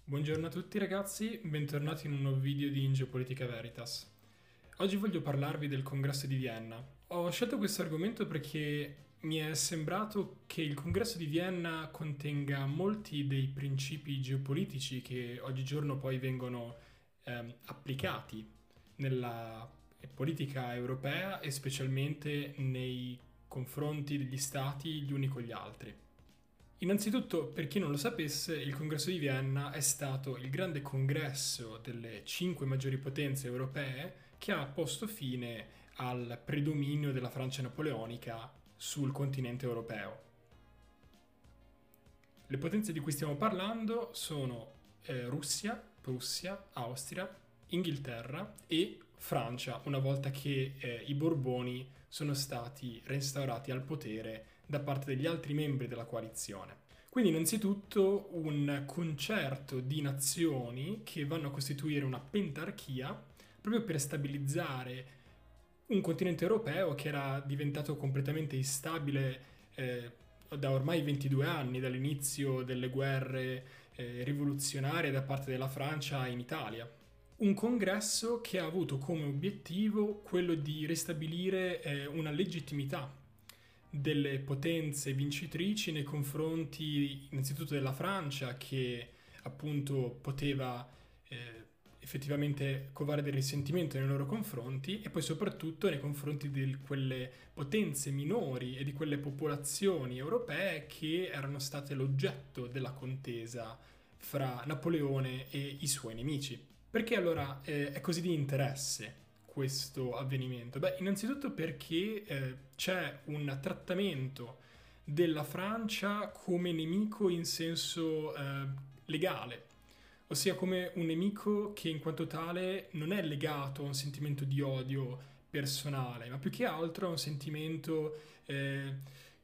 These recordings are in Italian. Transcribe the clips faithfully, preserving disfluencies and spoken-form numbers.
Buongiorno a tutti ragazzi, bentornati in un nuovo video di In Geopolitica Veritas. Oggi voglio parlarvi del Congresso di Vienna. Ho scelto questo argomento perché mi è sembrato che il Congresso di Vienna contenga molti dei principi geopolitici che oggigiorno poi vengono ehm, applicati nella politica europea e specialmente nei confronti degli stati gli uni con gli altri. Innanzitutto, per chi non lo sapesse, il Congresso di Vienna è stato il grande congresso delle cinque maggiori potenze europee che ha posto fine al predominio della Francia napoleonica sul continente europeo. Le potenze di cui stiamo parlando sono eh, Russia, Prussia, Austria, Inghilterra e Francia, una volta che eh, i Borboni sono stati restaurati al potere da parte degli altri membri della coalizione. Quindi innanzitutto un concerto di nazioni che vanno a costituire una pentarchia proprio per stabilizzare un continente europeo che era diventato completamente instabile eh, da ormai ventidue anni, dall'inizio delle guerre eh, rivoluzionarie da parte della Francia in Italia. Un congresso che ha avuto come obiettivo quello di ristabilire eh, una legittimità delle potenze vincitrici nei confronti innanzitutto della Francia, che appunto poteva eh, effettivamente covare del risentimento nei loro confronti, e poi soprattutto nei confronti di quelle potenze minori e di quelle popolazioni europee che erano state l'oggetto della contesa fra Napoleone e i suoi nemici. Perché allora eh, è così di interesse questo avvenimento? Beh, innanzitutto perché eh, c'è un trattamento della Francia come nemico in senso eh, legale, ossia come un nemico che in quanto tale non è legato a un sentimento di odio personale, ma più che altro a un sentimento eh,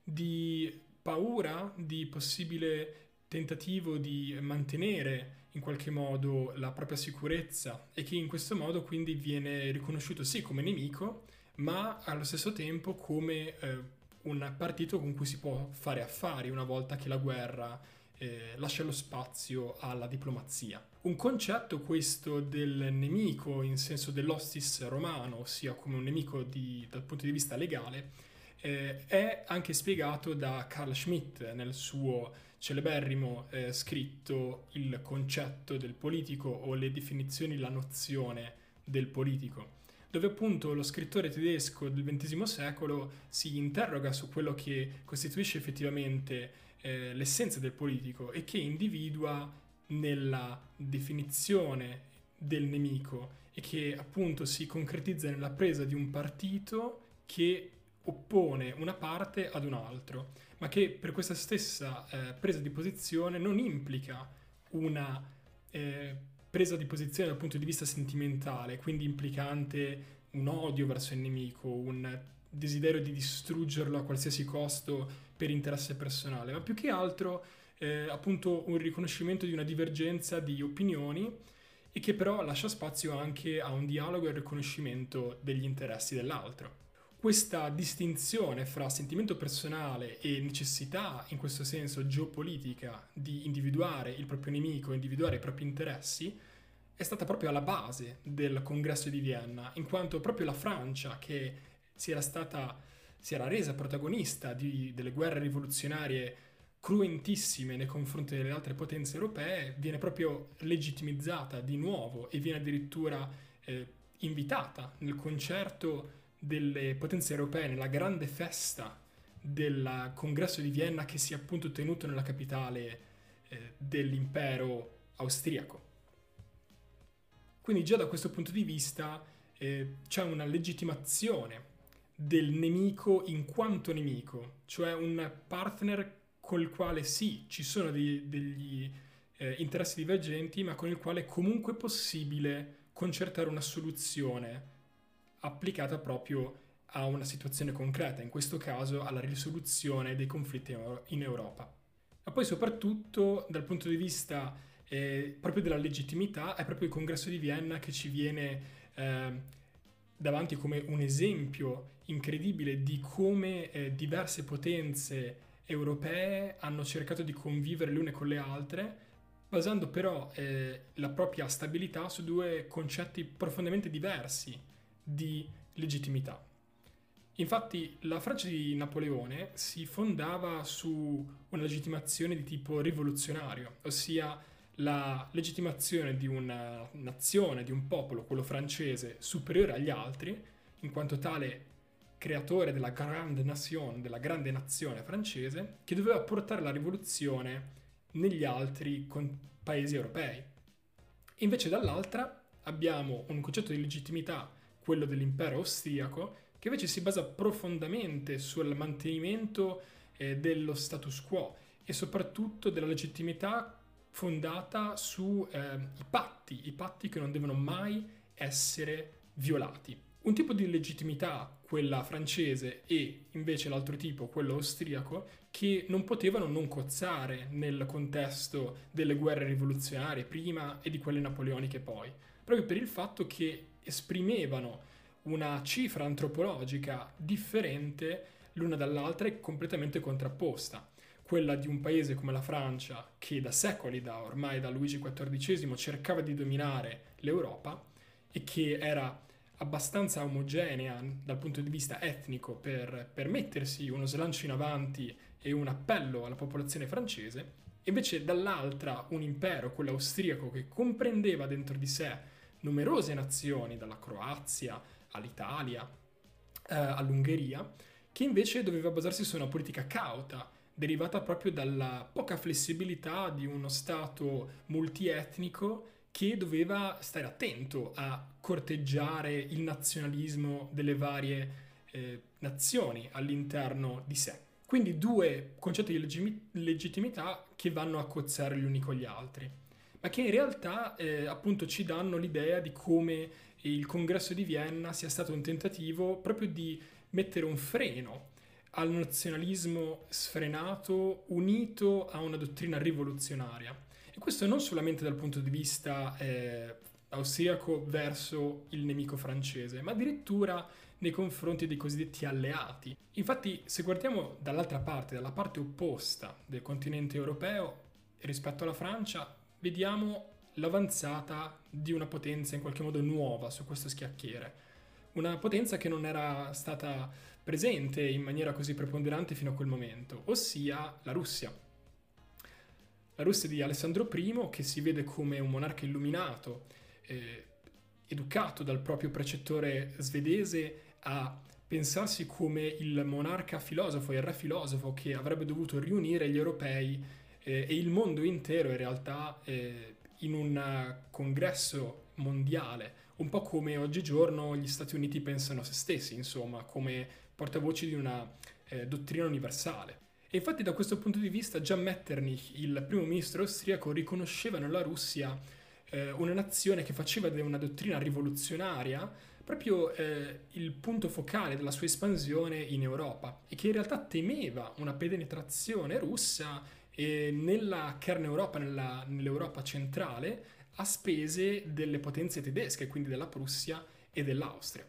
di paura, di possibile tentativo di mantenere in qualche modo la propria sicurezza, e che in questo modo quindi viene riconosciuto sì come nemico, ma allo stesso tempo come eh, un partito con cui si può fare affari una volta che la guerra eh, lascia lo spazio alla diplomazia. Un concetto questo del nemico in senso dell'hostis romano, ossia come un nemico di, dal punto di vista legale, eh, è anche spiegato da Carl Schmitt nel suo celeberrimo eh, scritto Il concetto del politico, o le definizioni, la nozione del politico, dove appunto lo scrittore tedesco del ventesimo secolo si interroga su quello che costituisce effettivamente eh, l'essenza del politico e che individua nella definizione del nemico, e che appunto si concretizza nella presa di un partito che oppone una parte ad un altro, ma che per questa stessa eh, presa di posizione non implica una eh, presa di posizione dal punto di vista sentimentale, quindi implicante un odio verso il nemico, un desiderio di distruggerlo a qualsiasi costo per interesse personale, ma più che altro eh, appunto un riconoscimento di una divergenza di opinioni, e che però lascia spazio anche a un dialogo e al riconoscimento degli interessi dell'altro. Questa distinzione fra sentimento personale e necessità, in questo senso geopolitica, di individuare il proprio nemico, individuare i propri interessi, è stata proprio alla base del Congresso di Vienna, in quanto proprio la Francia, che si era stata, si era resa protagonista di, delle guerre rivoluzionarie cruentissime nei confronti delle altre potenze europee, viene proprio legittimizzata di nuovo e viene addirittura eh, invitata nel concerto delle potenze europee, nella grande festa del Congresso di Vienna, che si è appunto tenuto nella capitale eh, dell'impero austriaco. Quindi già da questo punto di vista eh, c'è una legittimazione del nemico in quanto nemico, cioè un partner col quale sì, ci sono dei, degli eh, interessi divergenti, ma con il quale comunque è possibile concertare una soluzione applicata proprio a una situazione concreta, in questo caso alla risoluzione dei conflitti in Europa. Ma poi soprattutto dal punto di vista eh, proprio della legittimità, è proprio il Congresso di Vienna che ci viene eh, davanti come un esempio incredibile di come eh, diverse potenze europee hanno cercato di convivere le une con le altre basando però eh, la propria stabilità su due concetti profondamente diversi di legittimità. Infatti la Francia di Napoleone si fondava su una legittimazione di tipo rivoluzionario, ossia la legittimazione di una nazione, di un popolo, quello francese, superiore agli altri, in quanto tale creatore della grande nation, della grande nazione francese, che doveva portare la rivoluzione negli altri paesi europei. Invece dall'altra abbiamo un concetto di legittimità, quello dell'impero austriaco, che invece si basa profondamente sul mantenimento eh, dello status quo e soprattutto della legittimità fondata sui eh, patti, i patti che non devono mai essere violati. Un tipo di legittimità, quella francese, e invece l'altro tipo, quello austriaco, che non potevano non cozzare nel contesto delle guerre rivoluzionarie prima e di quelle napoleoniche poi, proprio per il fatto che esprimevano una cifra antropologica differente l'una dall'altra e completamente contrapposta. Quella di un paese come la Francia, che da secoli, da ormai da Luigi quattordicesimo, cercava di dominare l'Europa e che era abbastanza omogenea dal punto di vista etnico per permettersi uno slancio in avanti e un appello alla popolazione francese, e invece dall'altra un impero, quello austriaco, che comprendeva dentro di sé numerose nazioni, dalla Croazia all'Italia, eh, all'Ungheria, che invece doveva basarsi su una politica cauta, derivata proprio dalla poca flessibilità di uno Stato multietnico che doveva stare attento a corteggiare il nazionalismo delle varie eh, nazioni all'interno di sé. Quindi due concetti di leggi- legittimità che vanno a cozzare gli uni con gli altri, ma che in realtà eh, appunto ci danno l'idea di come il Congresso di Vienna sia stato un tentativo proprio di mettere un freno al nazionalismo sfrenato unito a una dottrina rivoluzionaria. E questo non solamente dal punto di vista eh, austriaco verso il nemico francese, ma addirittura nei confronti dei cosiddetti alleati. Infatti, se guardiamo dall'altra parte, dalla parte opposta del continente europeo rispetto alla Francia, vediamo l'avanzata di una potenza in qualche modo nuova su questo scacchiere. Una potenza che non era stata presente in maniera così preponderante fino a quel momento, ossia la Russia. La Russia di Alessandro primo, che si vede come un monarca illuminato, eh, educato dal proprio precettore svedese a pensarsi come il monarca filosofo, il re filosofo che avrebbe dovuto riunire gli europei eh, e il mondo intero in realtà eh, in un congresso mondiale, un po' come oggigiorno gli Stati Uniti pensano a se stessi, insomma, come portavoci di una eh, dottrina universale. E infatti da questo punto di vista già Metternich, il primo ministro austriaco, riconosceva nella Russia eh, una nazione che faceva di una dottrina rivoluzionaria proprio eh, il punto focale della sua espansione in Europa e che in realtà temeva una penetrazione russa eh, nella Kern Europa, nella, nell'Europa centrale, a spese delle potenze tedesche, quindi della Prussia e dell'Austria.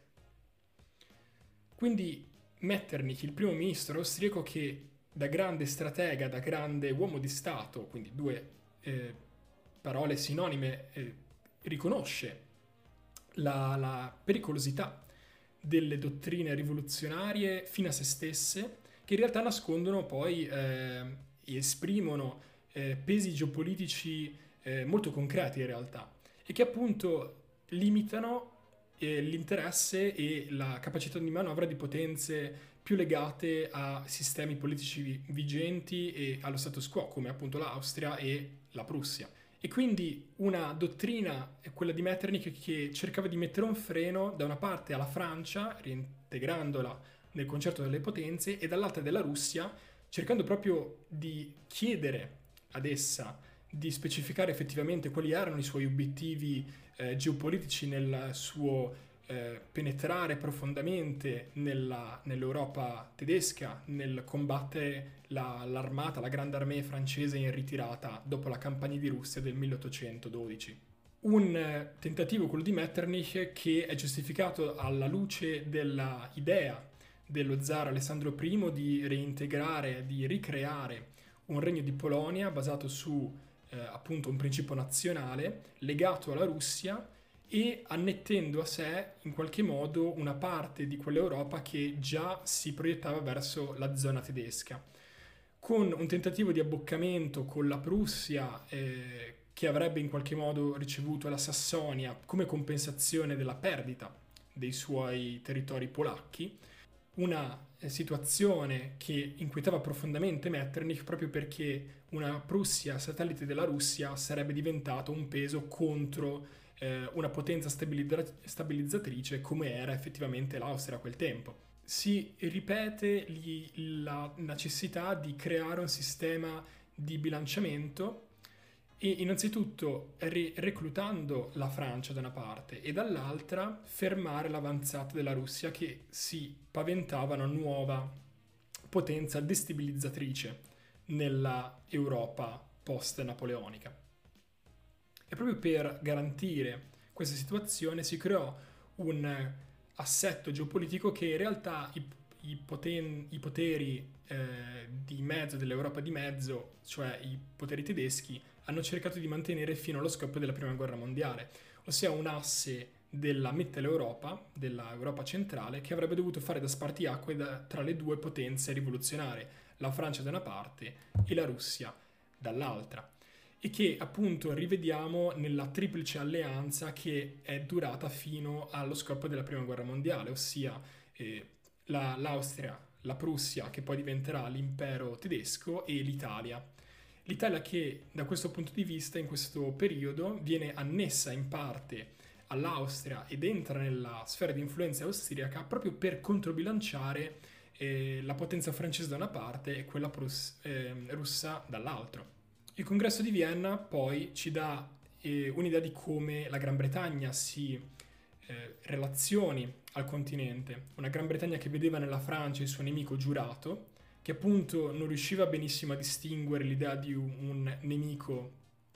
Quindi Metternich, il primo ministro austriaco, che da grande stratega, da grande uomo di Stato, quindi due eh, parole sinonime, eh, riconosce la, la pericolosità delle dottrine rivoluzionarie fino a se stesse, che in realtà nascondono poi eh, e esprimono eh, pesi geopolitici eh, molto concreti in realtà, e che appunto limitano eh, l'interesse e la capacità di manovra di potenze più legate a sistemi politici vigenti e allo status quo, come appunto l'Austria e la Prussia. E quindi una dottrina, quella di Metternich, che cercava di mettere un freno da una parte alla Francia, reintegrandola nel concerto delle potenze, e dall'altra della Russia, cercando proprio di chiedere ad essa di specificare effettivamente quali erano i suoi obiettivi eh, geopolitici nel suo eh, penetrare profondamente nella, nell'Europa tedesca, nel combattere la, l'armata, la grande armée francese in ritirata dopo la campagna di Russia del milleottocentododici. Un eh, tentativo, quello di Metternich, che è giustificato alla luce dell'idea dello zar Alessandro primo di reintegrare, di ricreare un regno di Polonia basato su eh, appunto un principio nazionale legato alla Russia e annettendo a sé in qualche modo una parte di quell'Europa che già si proiettava verso la zona tedesca, con un tentativo di abboccamento con la Prussia, eh, che avrebbe in qualche modo ricevuto la Sassonia come compensazione della perdita dei suoi territori polacchi, una eh, situazione che inquietava profondamente Metternich proprio perché una Prussia satellite della Russia sarebbe diventato un peso contro eh, una potenza stabilizza- stabilizzatrice come era effettivamente l'Austria a quel tempo. Si ripete gli- la necessità di creare un sistema di bilanciamento e innanzitutto ri- reclutando la Francia da una parte e dall'altra fermare l'avanzata della Russia che si paventava una nuova potenza destabilizzatrice nella Europa post-napoleonica. E proprio per garantire questa situazione si creò un assetto geopolitico che in realtà i, i, poten- i poteri eh, di mezzo dell'Europa di mezzo, cioè i poteri tedeschi, hanno cercato di mantenere fino allo scoppio della Prima Guerra Mondiale, ossia un asse della Mitteleuropa, della Europa centrale, che avrebbe dovuto fare da spartiacque da, tra le due potenze rivoluzionarie, la Francia da una parte e la Russia dall'altra, e che appunto rivediamo nella triplice alleanza che è durata fino allo scoppio della Prima Guerra Mondiale, ossia eh, la, l'Austria, la Prussia, che poi diventerà l'impero tedesco, e l'Italia. L'Italia che da questo punto di vista in questo periodo viene annessa in parte all'Austria ed entra nella sfera di influenza austriaca proprio per controbilanciare eh, la potenza francese da una parte e quella prus- eh, russa dall'altro. Il congresso di Vienna poi ci dà eh, un'idea di come la Gran Bretagna si eh, relazioni al continente, una Gran Bretagna che vedeva nella Francia il suo nemico giurato, che appunto non riusciva benissimo a distinguere l'idea di un, un nemico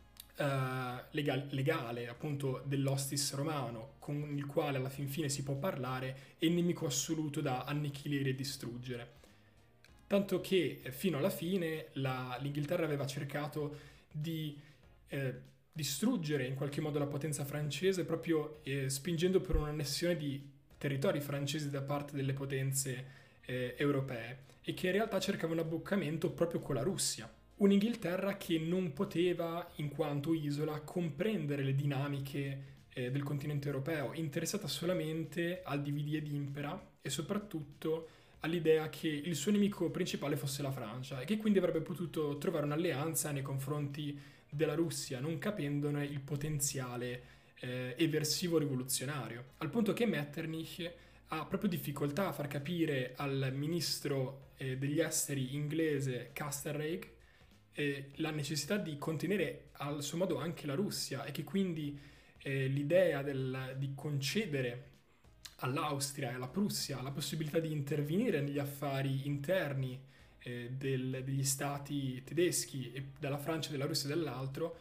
eh, legal- legale, appunto dell'hostis romano, con il quale alla fin fine si può parlare, e il nemico assoluto da annichilire e distruggere. Tanto che eh, fino alla fine la- l'Inghilterra aveva cercato di eh, distruggere in qualche modo la potenza francese proprio eh, spingendo per un'annessione di territori francesi da parte delle potenze eh, europee, e che in realtà cercava un abboccamento proprio con la Russia. Un'Inghilterra che non poteva, in quanto isola, comprendere le dinamiche eh, del continente europeo, interessata solamente al dividi ed impera e soprattutto all'idea che il suo nemico principale fosse la Francia e che quindi avrebbe potuto trovare un'alleanza nei confronti della Russia, non capendone il potenziale eh, eversivo rivoluzionario. Al punto che Metternich ha proprio difficoltà a far capire al ministro eh, degli esteri inglese Castlereagh eh, la necessità di contenere al suo modo anche la Russia, e che quindi eh, l'idea del, di concedere all'Austria e alla Prussia la possibilità di intervenire negli affari interni eh, del- degli stati tedeschi e dalla Francia e della Russia dall'altro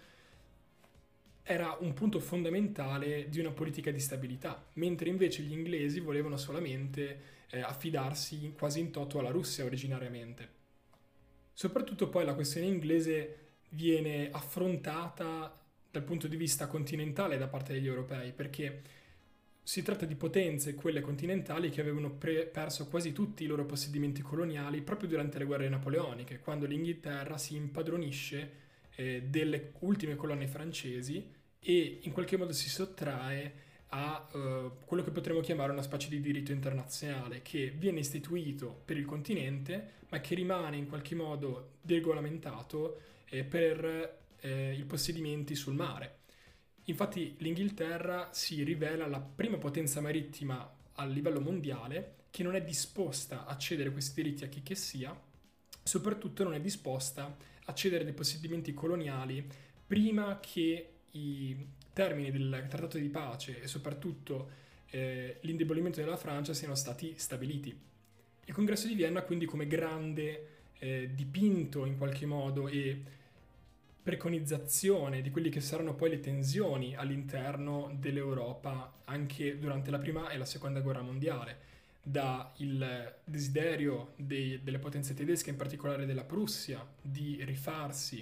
era un punto fondamentale di una politica di stabilità, mentre invece gli inglesi volevano solamente eh, affidarsi quasi in toto alla Russia originariamente. Soprattutto poi la questione inglese viene affrontata dal punto di vista continentale da parte degli europei, perché si tratta di potenze, quelle continentali, che avevano pre- perso quasi tutti i loro possedimenti coloniali proprio durante le guerre napoleoniche, quando l'Inghilterra si impadronisce eh, delle ultime colonie francesi e in qualche modo si sottrae a eh, quello che potremmo chiamare una specie di diritto internazionale che viene istituito per il continente ma che rimane in qualche modo regolamentato eh, per eh, i possedimenti sul mare. Infatti l'Inghilterra si rivela la prima potenza marittima a livello mondiale che non è disposta a cedere questi diritti a chi che sia, soprattutto non è disposta a cedere dei possedimenti coloniali prima che i termini del trattato di pace e soprattutto eh, l'indebolimento della Francia siano stati stabiliti. Il congresso di Vienna quindi come grande eh, dipinto in qualche modo e preconizzazione di quelli che saranno poi le tensioni all'interno dell'Europa anche durante la prima e la seconda guerra mondiale, da il desiderio dei- delle potenze tedesche, in particolare della Prussia, di rifarsi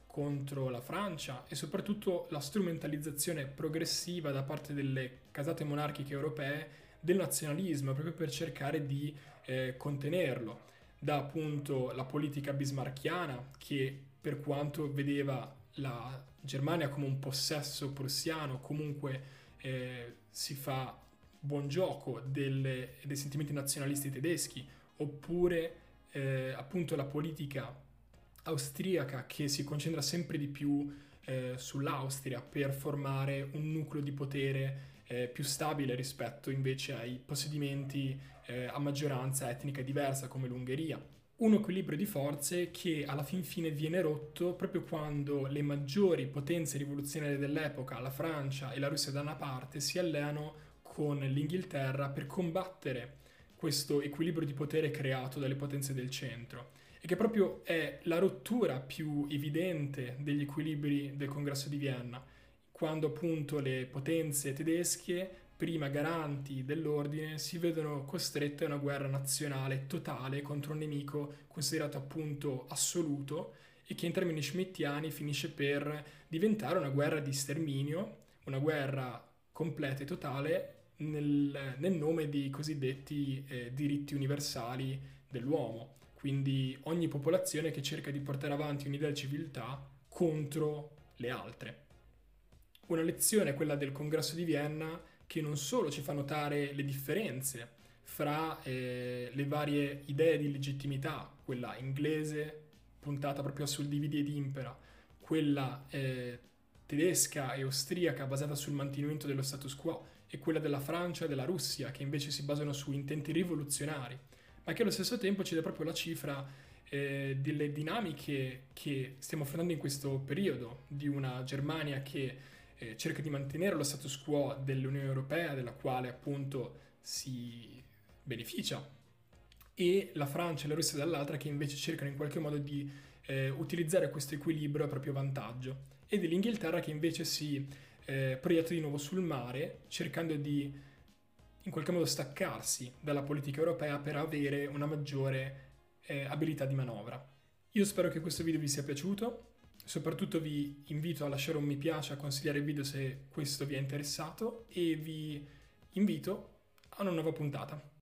contro la Francia e soprattutto la strumentalizzazione progressiva da parte delle casate monarchiche europee del nazionalismo, proprio per cercare di eh, contenerlo. Da appunto la politica bismarckiana, che per quanto vedeva la Germania come un possesso prussiano, comunque eh, si fa buon gioco delle, dei sentimenti nazionalisti tedeschi, oppure eh, appunto la politica austriaca che si concentra sempre di più eh, sull'Austria per formare un nucleo di potere eh, più stabile rispetto invece ai possedimenti eh, a maggioranza etnica diversa come l'Ungheria. Un equilibrio di forze che alla fin fine viene rotto proprio quando le maggiori potenze rivoluzionarie dell'epoca, la Francia e la Russia da una parte, si alleano con l'Inghilterra per combattere questo equilibrio di potere creato dalle potenze del centro, e che proprio è la rottura più evidente degli equilibri del Congresso di Vienna, quando appunto le potenze tedesche, prima garanti dell'ordine, si vedono costrette a una guerra nazionale totale contro un nemico considerato appunto assoluto e che in termini schmittiani finisce per diventare una guerra di sterminio, una guerra completa e totale nel, nel nome dei cosiddetti eh, diritti universali dell'uomo. Quindi ogni popolazione che cerca di portare avanti un'idea di civiltà contro le altre. Una lezione, quella del Congresso di Vienna, che non solo ci fa notare le differenze fra eh, le varie idee di legittimità, quella inglese puntata proprio sul dividi ed impera, quella eh, tedesca e austriaca basata sul mantenimento dello status quo, e quella della Francia e della Russia che invece si basano su intenti rivoluzionari, ma che allo stesso tempo ci dà proprio la cifra eh, delle dinamiche che stiamo affrontando in questo periodo, di una Germania che eh, cerca di mantenere lo status quo dell'Unione Europea, della quale appunto si beneficia, e la Francia e la Russia dall'altra che invece cercano in qualche modo di eh, utilizzare questo equilibrio a proprio vantaggio, e dell'Inghilterra che invece si eh, proietta di nuovo sul mare, cercando di in qualche modo staccarsi dalla politica europea per avere una maggiore eh, abilità di manovra. Io spero che questo video vi sia piaciuto, soprattutto vi invito a lasciare un mi piace, a consigliare il video se questo vi è interessato, e vi invito a una nuova puntata.